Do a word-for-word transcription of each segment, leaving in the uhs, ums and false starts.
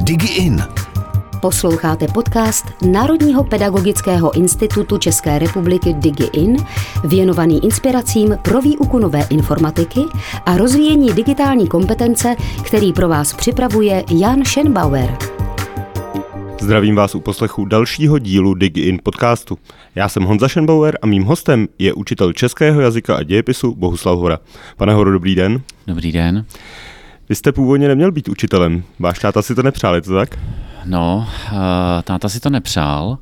DigiIn. Posloucháte podcast Národního pedagogického institutu České republiky DigiIn, věnovaný inspiracím pro výuku nové informatiky a rozvíjení digitální kompetence, který pro vás připravuje Jan Schenbauer. Zdravím vás u poslechu dalšího dílu DigiIn podcastu. Já jsem Honza Schenbauer a mým hostem je učitel českého jazyka a dějepisu Bohuslav Hora. Pane Horo, dobrý den. Dobrý den. Vy jste původně neměl být učitelem. Váš táta si to nepřál, je to tak? No, táta si to nepřál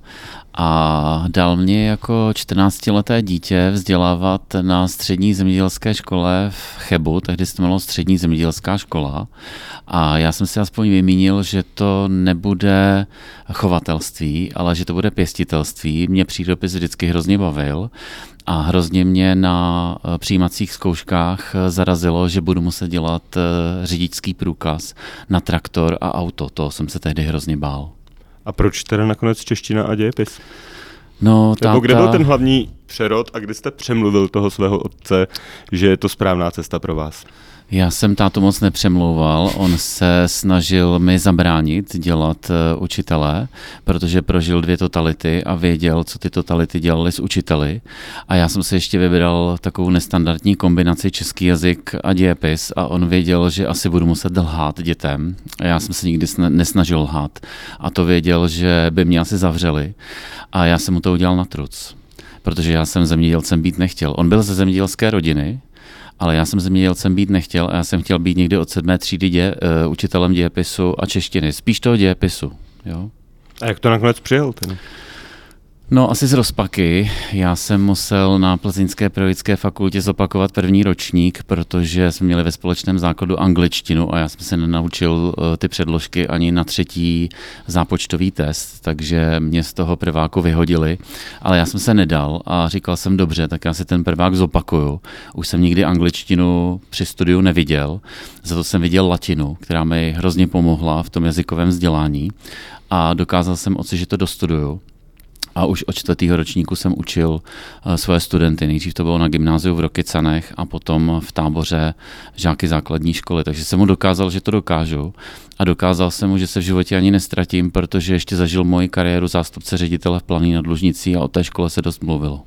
a dal mě jako čtrnáctileté dítě vzdělávat na střední zemědělské škole v Chebu, tehdy se to jmenovalo střední zemědělská škola. A já jsem si aspoň vymínil, že to nebude chovatelství, ale že to bude pěstitelství. Mě přírodopis vždycky hrozně bavil a hrozně mě na přijímacích zkouškách zarazilo, že budu muset dělat řidičský průkaz na traktor a auto. To jsem se tehdy hrozně bál. A proč teda nakonec čeština a dějepis? No, táta... Nebo kde byl ten hlavní přerod a kdy jste přemluvil toho svého otce, že je to správná cesta pro vás? Já jsem tátu moc nepřemlouval, on se snažil mi zabránit dělat uh, učitele, protože prožil dvě totality a věděl, co ty totality dělaly s učiteli. A já jsem se ještě vybral takovou nestandardní kombinaci český jazyk a dějepis a on věděl, že asi budu muset lhát dětem. A já jsem se nikdy nesnažil lhát. A to věděl, že by mě asi zavřeli. A já jsem mu to udělal na truc, protože já jsem zemědělcem být nechtěl. On byl ze zemědělské rodiny, ale já jsem zemědělcem být nechtěl a já jsem chtěl být někdy od sedmé třídy dě, uh, učitelem dějepisu a češtiny. Spíš toho dějepisu. Jo? A jak to nakonec přijel ten? No asi z rozpaky. Já jsem musel na Plzeňské pedagogické fakultě zopakovat první ročník, protože jsme měli ve společném základu angličtinu a já jsem se nenaučil uh, ty předložky ani na třetí zápočtový test, takže mě z toho prváku vyhodili, ale já jsem se nedal a říkal jsem dobře, tak já si ten prvák zopakuju. Už jsem nikdy angličtinu při studiu neviděl, za to jsem viděl latinu, která mi hrozně pomohla v tom jazykovém vzdělání a dokázal jsem oci, že to dostuduju. A už od čtvrtého ročníku jsem učil uh, svoje studenty. Nejdřív to bylo na gymnáziu v Rokycanech a potom v Táboře žáky základní školy. Takže jsem mu dokázal, že to dokážu. A dokázal jsem mu, že se v životě ani nestratím, protože ještě zažil moji kariéru zástupce ředitele v Planý nad Lužnicí a o té škole se dost mluvilo.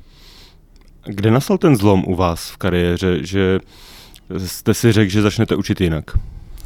Kde nastal ten zlom u vás v kariéře, že jste si řekl, že začnete učit jinak?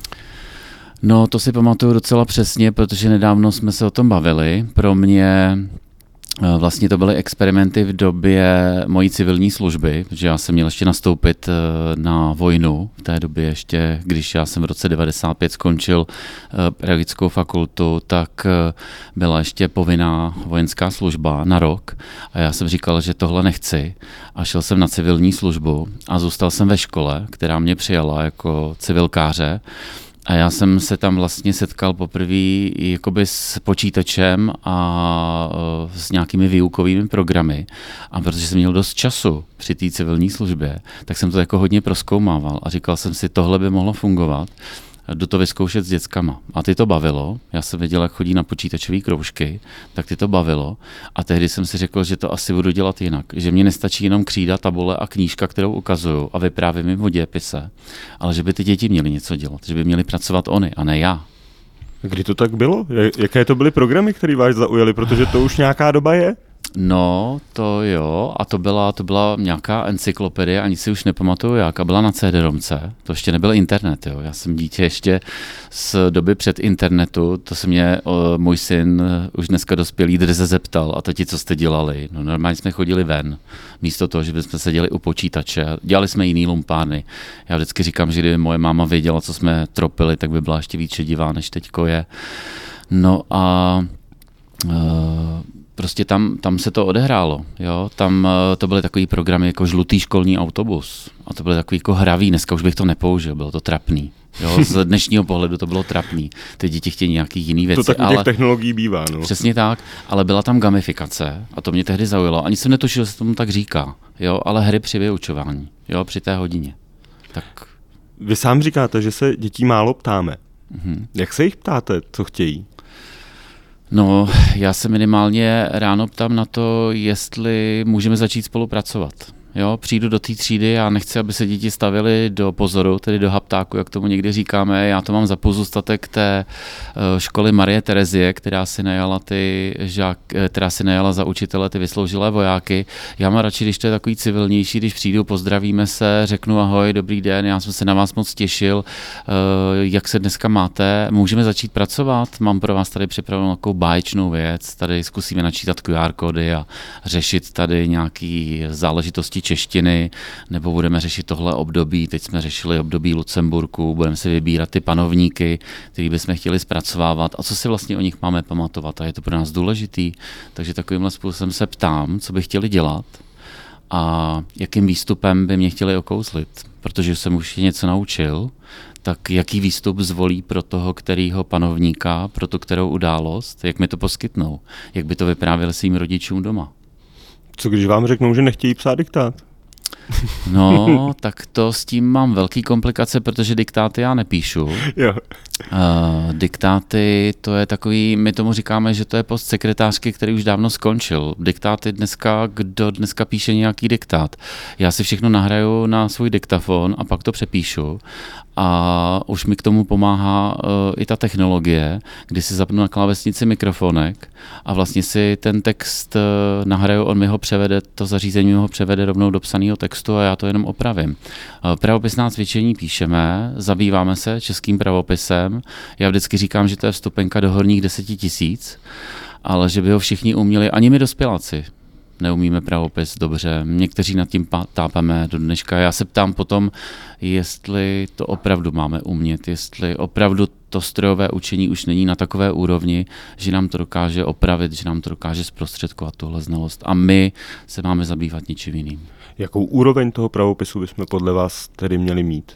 No, to si pamatuju docela přesně, protože nedávno jsme se o tom bavili. Pro mě... Vlastně to byly experimenty v době mojí civilní služby, protože já jsem měl ještě nastoupit na vojnu v té době ještě, když já jsem v roce devadesát pět skončil pedagogickou fakultu, tak byla ještě povinná vojenská služba na rok a já jsem říkal, že tohle nechci a šel jsem na civilní službu a zůstal jsem ve škole, která mě přijala jako civilkáře. A já jsem se tam vlastně setkal poprvé jakoby s počítačem a s nějakými výukovými programy. A protože jsem měl dost času při té civilní službě, tak jsem to jako hodně prozkoumával a říkal jsem si, tohle by mohlo fungovat, jdu to vyzkoušet s dětskama. A ty to bavilo, já jsem věděl, jak chodí na počítačové kroužky, tak ty to bavilo. A tehdy jsem si řekl, že to asi budu dělat jinak. Že mě nestačí jenom křída, tabule a knížka, kterou ukazuju a vyprávím jim o dějepise, ale že by ty děti měly něco dělat, že by měly pracovat oni a ne já. Kdy to tak bylo? Jaké to byly programy, které vás zaujaly, protože to už nějaká doba je? No, to jo, a to byla, to byla nějaká encyklopedie, ani si už nepamatuju jak, a byla na cé dé-romce, to ještě nebyl internet, jo, já jsem dítě ještě z doby před internetu, to se mě o, můj syn, už dneska dospělý, drze zeptal, a tati, co jste dělali? No normálně jsme chodili ven, místo toho, že bychom seděli u počítače, dělali jsme jiný lumpárny. Já vždycky říkám, že kdyby moje máma věděla, co jsme tropili, tak by byla ještě víc šedivá, než teďko je. No a... Uh, Prostě tam, tam se to odehrálo, jo, tam to byly takový programy jako žlutý školní autobus a to byly takový jako hravý, dneska už bych to nepoužil, bylo to trapný, jo, z dnešního pohledu to bylo trapný, ty děti chtějí nějaký jiný věci. To tak u těch technologií bývá, no. Přesně tak, ale byla tam gamifikace a to mě tehdy zaujalo, ani jsem netušil, že se tomu tak říká, jo, ale hry při vyučování, jo, při té hodině, tak. Vy sám říkáte, že se dětí málo ptáme, Mhm. Jak se jich ptáte, co chtějí? No, já se minimálně ráno ptám na to, jestli můžeme začít spolupracovat. Jo, přijdu do té třídy a nechci, aby se děti stavily do pozoru, tedy do haptáku, jak tomu někdy říkáme. Já to mám za pozůstatek té školy Marie Terezie, která si najala ty žák, která si najala za učitele ty vysloužilé vojáky. Já mám radši, když to je takový civilnější, když přijdu, pozdravíme se, řeknu ahoj, dobrý den, já jsem se na vás moc těšil, jak se dneska máte, můžeme začít pracovat, mám pro vás tady připravenou takovou báječnou věc, tady zkusíme načítat Q R kódy a řešit tady nějaký záležitosti češtiny, nebo budeme řešit tohle období, teď jsme řešili období Lucemburku, budeme si vybírat ty panovníky, který bychom chtěli zpracovávat a co si vlastně o nich máme pamatovat a je to pro nás důležitý, takže takovýmhle způsobem se ptám, co by chtěli dělat a jakým výstupem by mě chtěli okouzlit, protože jsem už něco naučil, tak jaký výstup zvolí pro toho, kterýho panovníka, pro tu kterou událost, jak mi to poskytnou, jak by to vyprávěli svým rodičům doma. Co když vám řeknou, že nechtějí psát diktát? No, tak to s tím mám velký komplikace, protože diktáty já nepíšu. Jo. Uh, diktáty, to je takový, my tomu říkáme, že to je post sekretářky, který už dávno skončil. Diktáty dneska, kdo dneska píše nějaký diktát. Já si všechno nahraju na svůj diktafon a pak to přepíšu a už mi k tomu pomáhá uh, i ta technologie, kdy si zapnu na klávesnici mikrofonek a vlastně si ten text uh, nahraju, on mi ho převede, to zařízení mi ho převede rovnou do psaného textu a já to jenom opravím. Uh, pravopisná cvičení píšeme, zabýváme se českým pravopisem. Já vždycky říkám, že to je vstupenka do horních deseti tisíc, ale že by ho všichni uměli, ani my dospěláci neumíme pravopis dobře. Někteří nad tím tápeme do dneška. Já se ptám potom, jestli to opravdu máme umět, jestli opravdu to strojové učení už není na takové úrovni, že nám to dokáže opravit, že nám to dokáže zprostředkovat tuhle znalost. A my se máme zabývat něčím jiným. Jakou úroveň toho pravopisu bychom podle vás tedy měli mít?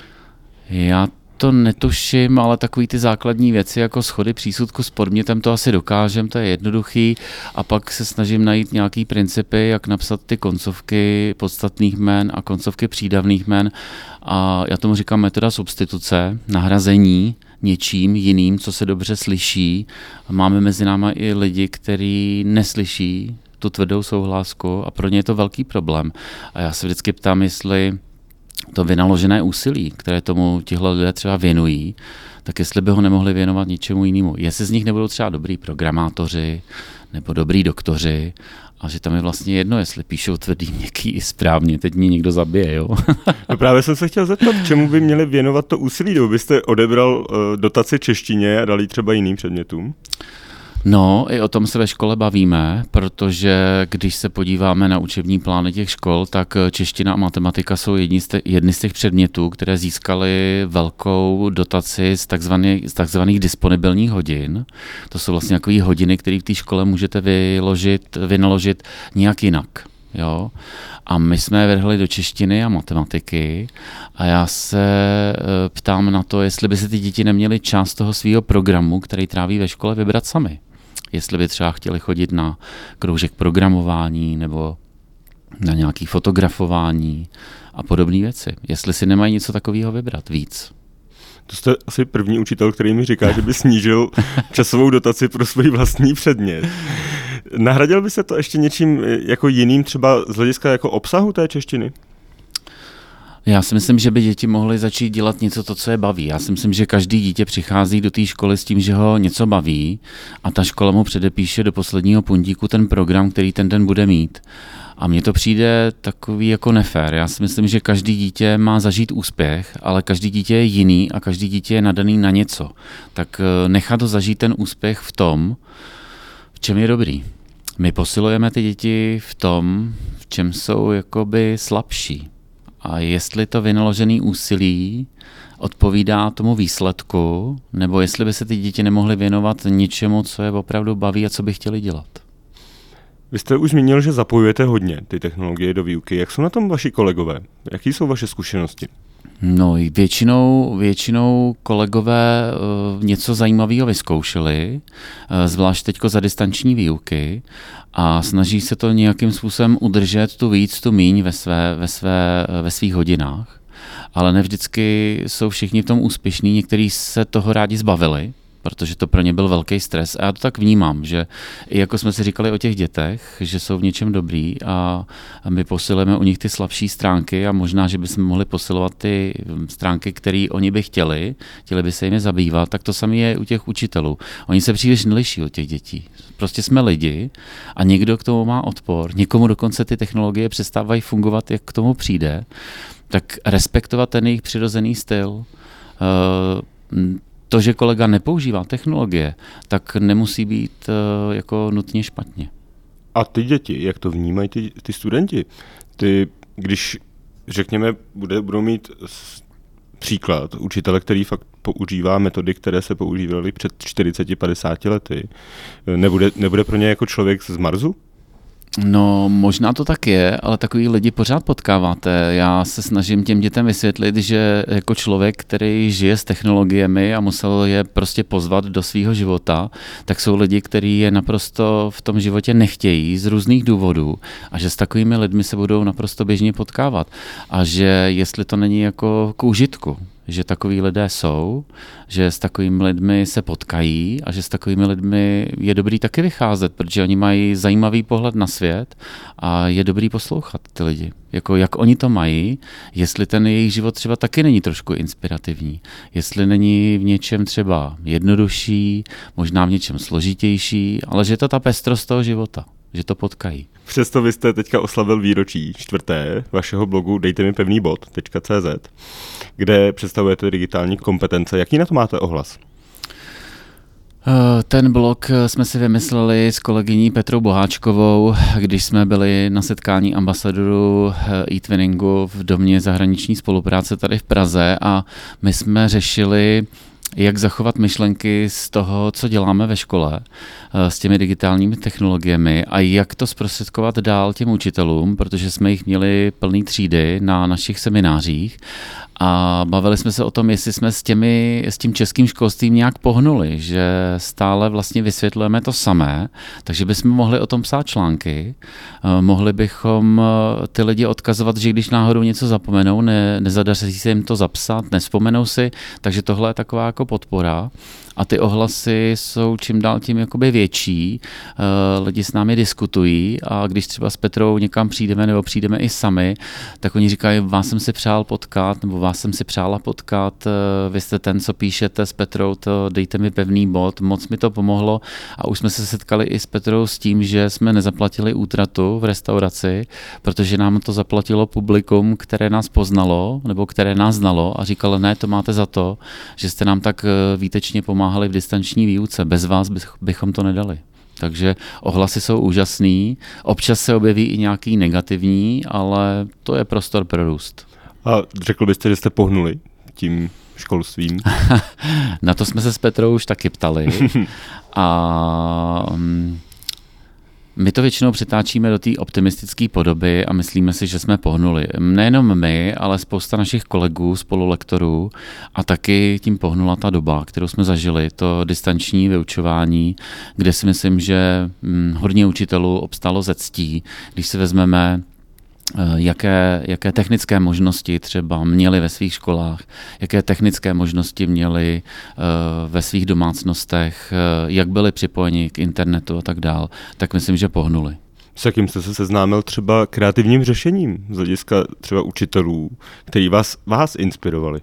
Já to netuším, ale takový ty základní věci jako schody přísudku s podmětem to asi dokážem, to je jednoduchý a pak se snažím najít nějaký principy, jak napsat ty koncovky podstatných jmen a koncovky přídavných jmen a já tomu říkám metoda substituce, nahrazení něčím jiným, co se dobře slyší. Máme mezi námi i lidi, kteří neslyší tu tvrdou souhlásku a pro ně je to velký problém. A já se vždycky ptám, jestli to vynaložené úsilí, které tomu tihle lidé třeba věnují, tak jestli by ho nemohli věnovat něčemu jinému. Jestli z nich nebudou třeba dobrý programátoři nebo dobrý doktoři, a že tam je vlastně jedno, jestli píšou tvrdý, měkký i správně, teď mě někdo zabije, jo? No právě jsem se chtěl zeptat, čemu by měli věnovat to úsilí, kdybyste odebral uh, dotaci češtině a dali třeba jiným předmětům? No, i o tom se ve škole bavíme, protože když se podíváme na učební plány těch škol, tak čeština a matematika jsou jedni z, te, jedny z těch předmětů, které získaly velkou dotaci z takzvaných, z takzvaných disponibilních hodin. To jsou vlastně takové hodiny, které v té škole můžete vyložit, vynaložit nějak jinak. Jo? A my jsme je vrhli do češtiny a matematiky a já se ptám na to, jestli by se ty děti neměly část toho svého programu, který tráví ve škole, vybrat sami. Jestli by třeba chtěli chodit na kroužek programování nebo na nějaké fotografování a podobné věci. Jestli si nemají něco takového vybrat víc. To jste asi první učitel, který mi říká, že by snížil časovou dotaci pro svůj vlastní předmět. Nahradil by se to ještě něčím jako jiným, třeba z hlediska jako obsahu té češtiny? Já si myslím, že by děti mohly začít dělat něco, to, co je baví. Já si myslím, že každý dítě přichází do té školy s tím, že ho něco baví a ta škola mu předepíše do posledního puntíku ten program, který ten den bude mít. A mně to přijde takový jako nefér. Já si myslím, že každý dítě má zažít úspěch, ale každý dítě je jiný a každý dítě je nadaný na něco. Tak nechat to zažít ten úspěch v tom, v čem je dobrý. My posilujeme ty děti v tom, v čem jsou jakoby slabší. A jestli to vynaložené úsilí odpovídá tomu výsledku, nebo jestli by se ty děti nemohly věnovat něčemu, co je opravdu baví a co by chtěli dělat. Vy jste už zmínil, že zapojujete hodně ty technologie do výuky. Jak jsou na tom vaši kolegové? Jaký jsou vaše zkušenosti? No, většinou, většinou kolegové uh, něco zajímavého vyzkoušeli, uh, zvlášť teďko za distanční výuky a snaží se to nějakým způsobem udržet tu víc, tu míň ve, své, ve, své, ve svých hodinách, ale ne vždycky jsou všichni v tom úspěšní, někteří se toho rádi zbavili, protože to pro ně byl velký stres a já to tak vnímám, že i jako jsme si říkali o těch dětech, že jsou v něčem dobrý a my posilujeme u nich ty slabší stránky a možná, že bychom mohli posilovat ty stránky, které oni by chtěli, chtěli by se jimi zabývat, tak to samé je u těch učitelů. Oni se příliš neliší od těch dětí. Prostě jsme lidi a někdo k tomu má odpor, někomu dokonce ty technologie přestávají fungovat, jak k tomu přijde, tak respektovat ten jejich přirozený styl. To, že kolega nepoužívá technologie, tak nemusí být jako nutně špatně. A ty děti, jak to vnímají ty, ty studenti? Ty, když řekněme, bude, budou mít příklad učitele, který fakt používá metody, které se používaly před čtyřiceti padesáti lety, nebude, nebude pro ně jako člověk z Marsu? No, možná to tak je, ale takový lidi pořád potkáváte. Já se snažím těm dětem vysvětlit, že jako člověk, který žije s technologiemi a musel je prostě pozvat do svého života, tak jsou lidi, kteří je naprosto v tom životě nechtějí z různých důvodů a že s takovými lidmi se budou naprosto běžně potkávat. A že jestli to není jako k užitku, že takový lidé jsou, že s takovými lidmi se potkají a že s takovými lidmi je dobrý taky vycházet, protože oni mají zajímavý pohled na svět a je dobrý poslouchat ty lidi. Jako jak oni to mají, jestli ten jejich život třeba taky není trošku inspirativní, jestli není v něčem třeba jednodušší, možná v něčem složitější, ale že je to ta pestrost toho života, že to potkají. Přesto vy jste teďka oslavil výročí čtvrté vašeho blogu dejte mi pevný bod tečka cé zet, kde představujete digitální kompetence. Jaký na to máte ohlas? Ten blog jsme si vymysleli s kolegyní Petrou Boháčkovou, když jsme byli na setkání ambasadorů e-twinningu v domě zahraniční spolupráce tady v Praze a my jsme řešili, jak zachovat myšlenky z toho, co děláme ve škole s těmi digitálními technologiemi a jak to zprostředkovat dál těm učitelům, protože jsme jich měli plný třídy na našich seminářích a bavili jsme se o tom, jestli jsme s, těmi, s tím českým školstvím nějak pohnuli, že stále vlastně vysvětlujeme to samé, takže bychom mohli o tom psát články, mohli bychom ty lidi odkazovat, že když náhodou něco zapomenou, ne, nezadaří se jim to zapsat, nevzpomenou si, takže tohle je taková jako podpora. A ty ohlasy jsou čím dál tím jakoby větší, lidi s námi diskutují a když třeba s Petrou někam přijdeme nebo přijdeme i sami, tak oni říkají, vás jsem si přál potkat nebo vás jsem si přála potkat, vy jste ten, co píšete s Petrou, to dejte mi pevný bod, moc mi to pomohlo a už jsme se setkali i s Petrou s tím, že jsme nezaplatili útratu v restauraci, protože nám to zaplatilo publikum, které nás poznalo nebo které nás znalo a říkalo, ne, to máte za to, že jste nám tak výtečně pomáhali v distanční výuce. Bez vás bychom to nedali. Takže ohlasy jsou úžasný. Občas se objeví i nějaký negativní, ale to je prostor pro růst. A řekl byste, že jste pohnuli tím školstvím? Na to jsme se s Petrou už taky ptali. A my to většinou přetáčíme do té optimistické podoby a myslíme si, že jsme pohnuli. Nejenom my, ale spousta našich kolegů, spolulektorů a taky tím pohnula ta doba, kterou jsme zažili, to distanční vyučování, kde si myslím, že hodně učitelů obstálo ze ctí, když si vezmeme Jaké, jaké technické možnosti třeba měli ve svých školách, jaké technické možnosti měli uh, ve svých domácnostech, uh, jak byli připojeni k internetu a tak dál, tak myslím, že pohnuli. S jakým jste se seznámil třeba kreativním řešením z hlediska třeba učitelů, který vás, vás inspirovali?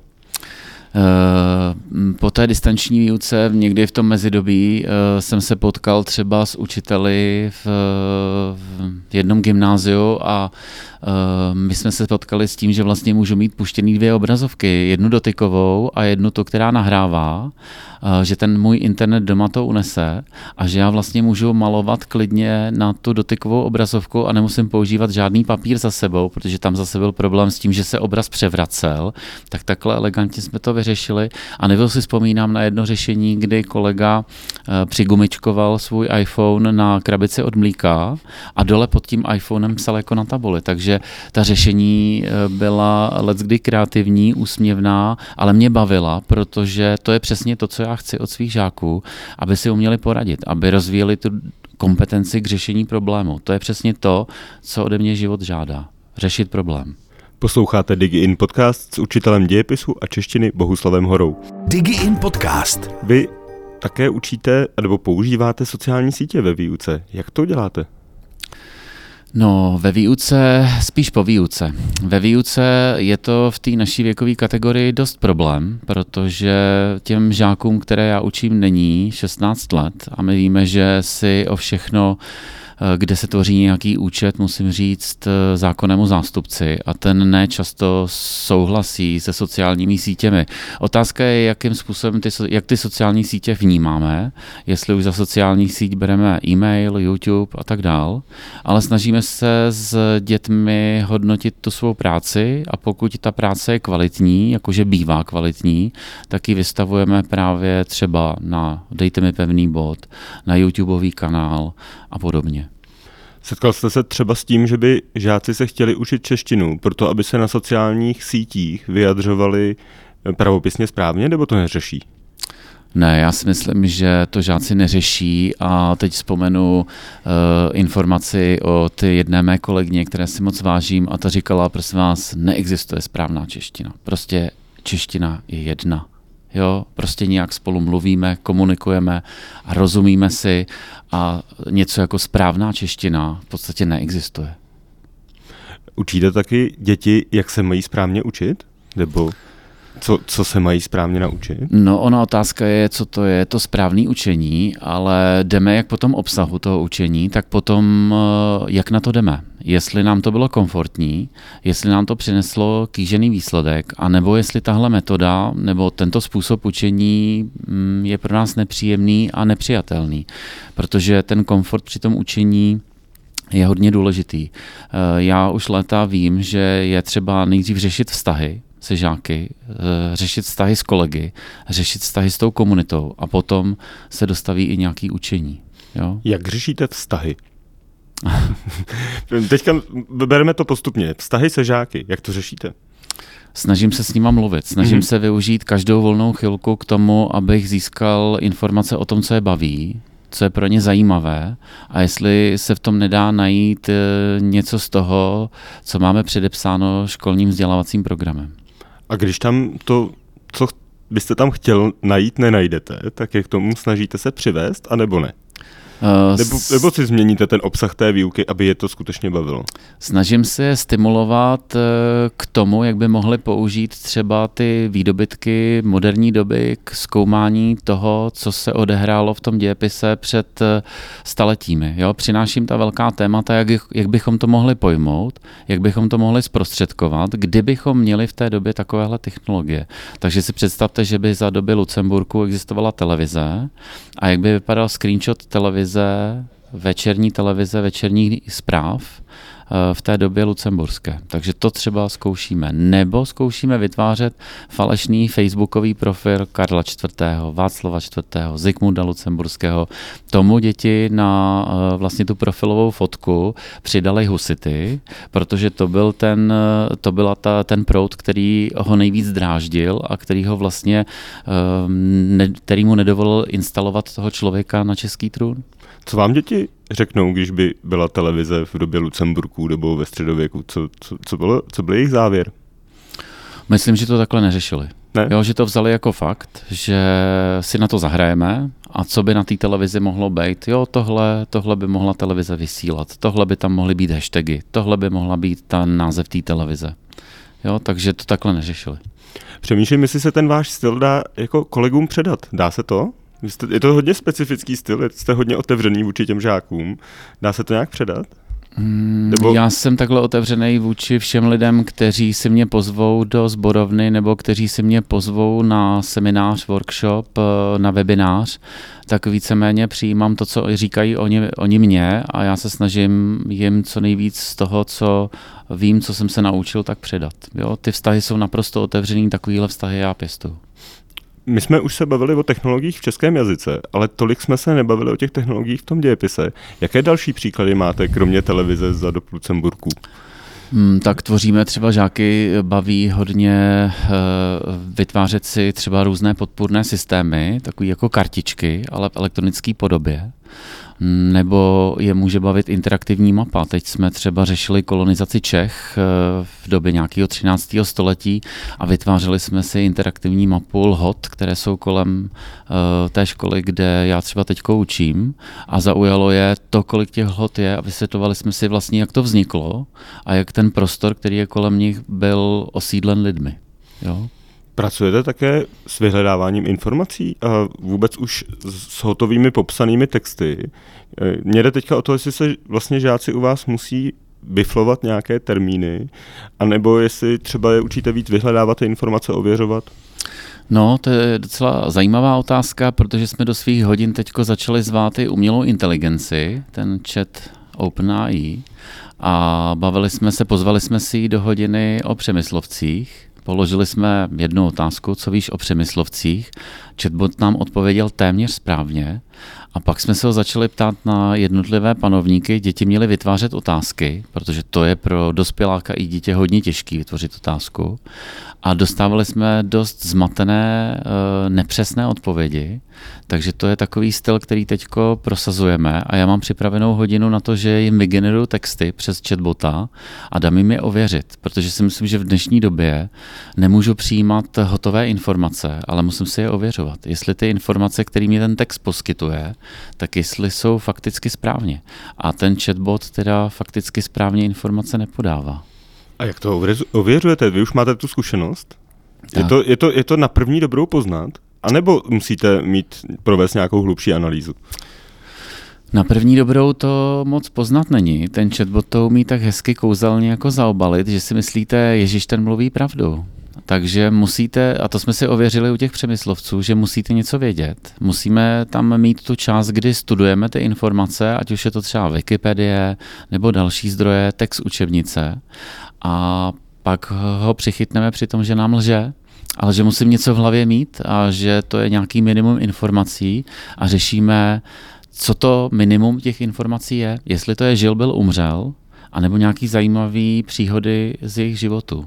Po té distanční výuce někdy v tom mezidobí jsem se potkal třeba s učiteli v, v jednom gymnáziu a my jsme se potkali s tím, že vlastně můžu mít puštěný dvě obrazovky, jednu dotykovou a jednu to, která nahrává, že ten můj internet doma to unese a že já vlastně můžu malovat klidně na tu dotykovou obrazovku a nemusím používat žádný papír za sebou, protože tam zase byl problém s tím, že se obraz převracel, tak takhle elegantně jsme to vyřešili a nebo si vzpomínám na jedno řešení, kdy kolega přigumičkoval svůj iPhone na krabici od mlíka a dole pod tím iPhonem psal jako na tabuli, takže ta řešení byla leckdy kreativní, úsměvná, ale mě bavila, protože to je přesně to, co já chci od svých žáků, aby si uměli poradit, aby rozvíjeli tu kompetenci k řešení problému. To je přesně to, co ode mě život žádá. Řešit problém. Posloucháte DigiIn podcast s učitelem dějepisu a češtiny Bohuslavem Horou. DigiIn podcast. Vy také učíte nebo používáte sociální sítě ve výuce. Jak to děláte? No, ve výuce, spíš po výuce. Ve výuce je to v té naší věkové kategorii dost problém, protože těm žákům, které já učím, není šestnáct let a my víme, že si o všechno, kde se tvoří nějaký účet, musím říct zákonnému zástupci a ten ne často souhlasí se sociálními sítěmi. Otázka je, jakým způsobem ty, jak ty sociální sítě vnímáme, jestli už za sociální síť bereme e-mail, YouTube a tak dál, ale snažíme se s dětmi hodnotit tu svou práci a pokud ta práce je kvalitní, jakože bývá kvalitní, tak ji vystavujeme právě třeba na Dejte mi pevný bod, na YouTubeový kanál a podobně. Setkal jste se třeba s tím, že by žáci se chtěli učit češtinu, proto aby se na sociálních sítích vyjadřovali pravopisně správně, nebo to neřeší? Ne, já si myslím, že to žáci neřeší a teď vzpomenu uh, informaci od jedné mé kolegyně, které si moc vážím a ta říkala, prosím vás, neexistuje správná čeština. Prostě čeština je jedna. Jo, prostě nějak spolu mluvíme, komunikujeme a rozumíme si a něco jako správná čeština v podstatě neexistuje. Učíte taky děti, jak se mají správně učit? Nebo co, co se mají správně naučit? No, ona otázka je, co to je to správné učení, ale jdeme jak po tom obsahu toho učení, tak potom jak na to jdeme. Jestli nám to bylo komfortní, jestli nám to přineslo kýžený výsledek, anebo jestli tahle metoda nebo tento způsob učení je pro nás nepříjemný a nepřijatelný. Protože ten komfort při tom učení je hodně důležitý. Já už léta vím, že je třeba nejdřív řešit vztahy se žáky, řešit vztahy s kolegy, řešit vztahy s tou komunitou a potom se dostaví i nějaký učení. Jo? Jak řešíte vztahy? Teďka bereme to postupně. Vztahy se žáky, jak to řešíte? Snažím se s nima mluvit, snažím mm-hmm. se využít každou volnou chvilku k tomu, abych získal informace o tom, co je baví, co je pro ně zajímavé a jestli se v tom nedá najít něco z toho, co máme předepsáno školním vzdělávacím programem. A když tam to, co byste tam chtěl najít, nenajdete, tak jak tomu snažíte se přivést, anebo ne? Uh, nebo, nebo si změníte ten obsah té výuky, aby je to skutečně bavilo? Snažím se stimulovat k tomu, jak by mohli použít třeba ty výdobytky moderní doby k zkoumání toho, co se odehrálo v tom dějepise před staletími. Jo? Přináším ta velká témata, jak, jak bychom to mohli pojmout, jak bychom to mohli zprostředkovat, kdybychom měli v té době takovéhle technologie. Takže si představte, že by za doby Lucemburku existovala televize a jak by vypadal screenshot televize, večerní televize, večerních zpráv v té době lucemburské. Takže to třeba zkoušíme. Nebo zkoušíme vytvářet falešný facebookový profil Karla čtvrtého, Václava čtvrtého, Zikmunda Lucemburského. Tomu děti na vlastně tu profilovou fotku přidali husity, protože to byl ten, to byla ta, ten proud, který ho nejvíc dráždil a který ho vlastně, který mu nedovolil instalovat toho člověka na český trůn. Co vám děti řeknou, když by byla televize v době Lucemburku nebo ve středověku? Co, co, co, bylo, co byl jejich závěr? Myslím, že to takhle neřešili. Ne? Jo, že to vzali jako fakt, že si na to zahrajeme a co by na té televizi mohlo být. Jo, tohle, tohle by mohla televize vysílat, tohle by tam mohly být hashtagy, tohle by mohla být ten název té televize. Jo, takže to takhle neřešili. Přemýšlím, jestli se ten váš styl dá jako kolegům předat. Dá se to? Je to hodně specifický styl, jste hodně otevřený vůči těm žákům. Dá se to nějak předat? Nebo... Já jsem takhle otevřený vůči všem lidem, kteří si mě pozvou do sborovny nebo kteří si mě pozvou na seminář, workshop, na webinář, tak víceméně přijímám to, co říkají oni, oni mě a já se snažím jim co nejvíc z toho, co vím, co jsem se naučil, tak předat. Jo? Ty vztahy jsou naprosto otevřený, takovýhle vztahy já pěstuju. My jsme už se bavili o technologiích v českém jazyce, ale tolik jsme se nebavili o těch technologiích v tom dějepise. Jaké další příklady máte, kromě televize za dob Lucemburků? Hmm, tak tvoříme třeba žáky, baví hodně e, vytvářet si třeba různé podpůrné systémy, takové jako kartičky, ale v elektronické podobě. Nebo je může bavit interaktivní mapa. Teď jsme třeba řešili kolonizaci Čech v době nějakého třináctého století a vytvářeli jsme si interaktivní mapu lhot, které jsou kolem té školy, kde já třeba teďko učím, a zaujalo je to, kolik těch lhot je, a vysvětlovali jsme si vlastně, jak to vzniklo a jak ten prostor, který je kolem nich, byl osídlen lidmi. Jo? Pracujete také s vyhledáváním informací a vůbec už s hotovými popsanými texty? Mně jde teďka o to, jestli se vlastně žáci u vás musí biflovat nějaké termíny, anebo jestli třeba je učíte víc vyhledávat ty informace, ověřovat? No, to je docela zajímavá otázka, protože jsme do svých hodin teďko začali zvát i umělou inteligenci, ten chat OpenAI, a bavili jsme se, pozvali jsme si ji do hodiny o Přemyslovcích. Položili jsme jednu otázku, co víš o Přemyslovcích. Chatbot nám odpověděl téměř správně a pak jsme se ho začali ptát na jednotlivé panovníky. Děti měly vytvářet otázky, protože to je pro dospěláka i dítě hodně těžký vytvořit otázku. A dostávali jsme dost zmatené, nepřesné odpovědi, takže to je takový styl, který teďko prosazujeme, a já mám připravenou hodinu na to, že jim vygeneruju texty přes chatbota a dám jim je ověřit, protože si myslím, že v dnešní době nemůžu přijímat hotové informace, ale musím si je ověřovat. Jestli ty informace, které mi ten text poskytuje, tak jestli jsou fakticky správně. A ten chatbot teda fakticky správně informace nepodává. A jak to ověřujete? Vy už máte tu zkušenost? Je to, je, to, je to na první dobrou poznat? A nebo musíte mít, provést nějakou hlubší analýzu? Na první dobrou to moc poznat není. Ten chatbot to umí tak hezky kouzelně jako zaobalit, že si myslíte, Ježíš, ten mluví pravdu. Takže musíte, a to jsme si ověřili u těch Přemyslovců, že musíte něco vědět. Musíme tam mít tu část, kdy studujeme ty informace, ať už je to třeba Wikipedie nebo další zdroje, text učebnice, a pak ho přichytneme při tom, že nám lže, ale že musím něco v hlavě mít a že to je nějaký minimum informací a řešíme, co to minimum těch informací je. Jestli to je žil, byl, umřel, anebo nějaký zajímavý příhody z jejich životu.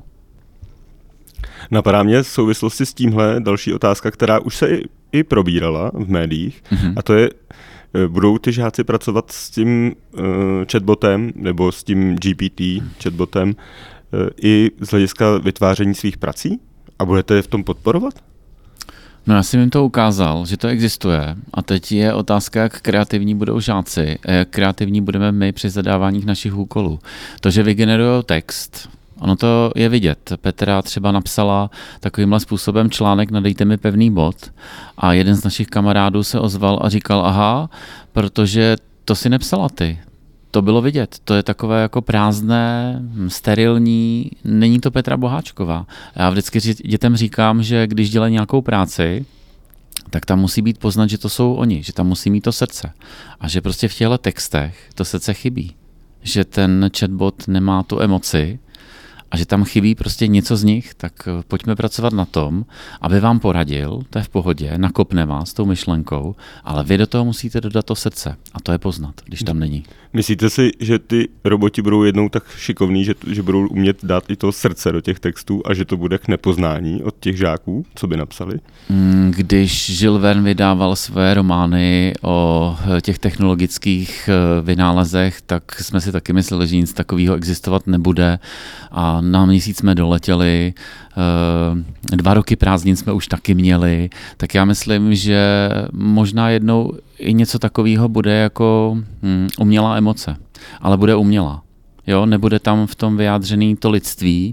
Napadá mě v souvislosti s tímhle další otázka, která už se i, i probírala v médiích, mm-hmm. a to je, budou ty žáci pracovat s tím uh, chatbotem nebo s tím G P T chatbotem uh, i z hlediska vytváření svých prací? A budete je v tom podporovat? No, já jsem jim to ukázal, že to existuje, a teď je otázka, jak kreativní budou žáci a jak kreativní budeme my při zadávání našich úkolů. To, že vygenerujou text, ono to je vidět. Petra třeba napsala takovýmhle způsobem článek Nadejte mi pevný bod, a jeden z našich kamarádů se ozval a říkal, aha, protože to si nepsala ty. To bylo vidět. To je takové jako prázdné, sterilní, není to Petra Boháčková. Já vždycky dětem říkám, že když dělají nějakou práci, tak tam musí být poznat, že to jsou oni, že tam musí mít to srdce. A že prostě v těchto textech to srdce chybí. Že ten chatbot nemá tu emoci, a že tam chybí prostě něco z nich, tak pojďme pracovat na tom, aby vám poradil, to je v pohodě, nakopne vás tou myšlenkou, ale vy do toho musíte dodat to srdce, a to je poznat, když tam není. Myslíte si, že ty roboti budou jednou tak šikovní, že, že budou umět dát i to srdce do těch textů a že to bude k nepoznání od těch žáků, co by napsali? Když Jules Verne vydával své romány o těch technologických vynálezech, tak jsme si taky mysleli, že nic takového existovat nebude, a na měsíc jsme doletěli, dva roky prázdnin jsme už taky měli, tak já myslím, že možná jednou i něco takového bude jako umělá emoce, ale bude umělá. Jo? Nebude tam v tom vyjádřený to lidství,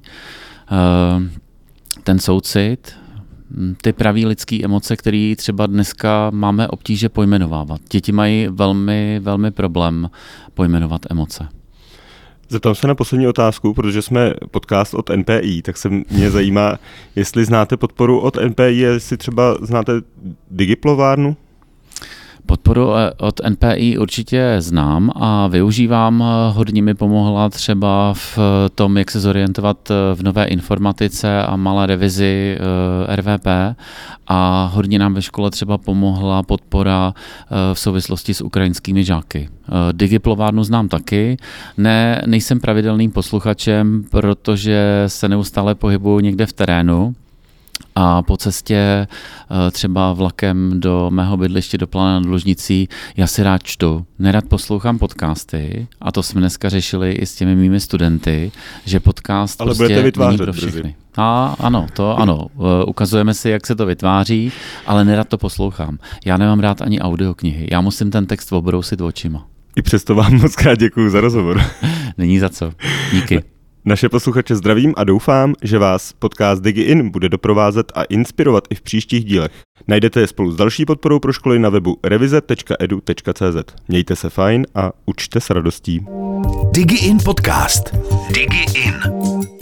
ten soucit, ty pravý lidský emoce, které třeba dneska máme obtíže pojmenovávat. Děti mají velmi, velmi problém pojmenovat emoce. Zeptám se na poslední otázku, protože jsme podcast od N P I, tak se mě zajímá, jestli znáte podporu od N P I, jestli třeba znáte Digiplovárnu? Podporu od N P I určitě znám a využívám. Hodně mi pomohla třeba v tom, jak se zorientovat v nové informatice a malé revizi R V P, a hodně nám ve škole třeba pomohla podpora v souvislosti s ukrajinskými žáky. Digiplovárnu znám taky. Ne, nejsem pravidelným posluchačem, protože se neustále pohybuju někde v terénu, A po cestě třeba vlakem do mého bydliště do Plané nad Lužnicí já si rád čtu, nerad poslouchám podcasty a to jsme dneska řešili i s těmi mými studenty, že podcast ale prostě není pro brzy. všechny. A ano, to ano, ukazujeme si, jak se to vytváří, ale nerad to poslouchám. Já nemám rád ani audioknihy, já musím ten text obrousit očima. I přesto vám moc krát děkuju za rozhovor. Není za co, díky. Naše posluchače zdravím a doufám, že vás podcast DigiIn bude doprovázet a inspirovat i v příštích dílech. Najdete je spolu s další podporou pro školy na webu revize tečka edu tečka cé zet. Mějte se fajn a učte s radostí. DigiIn podcast. DigiIn.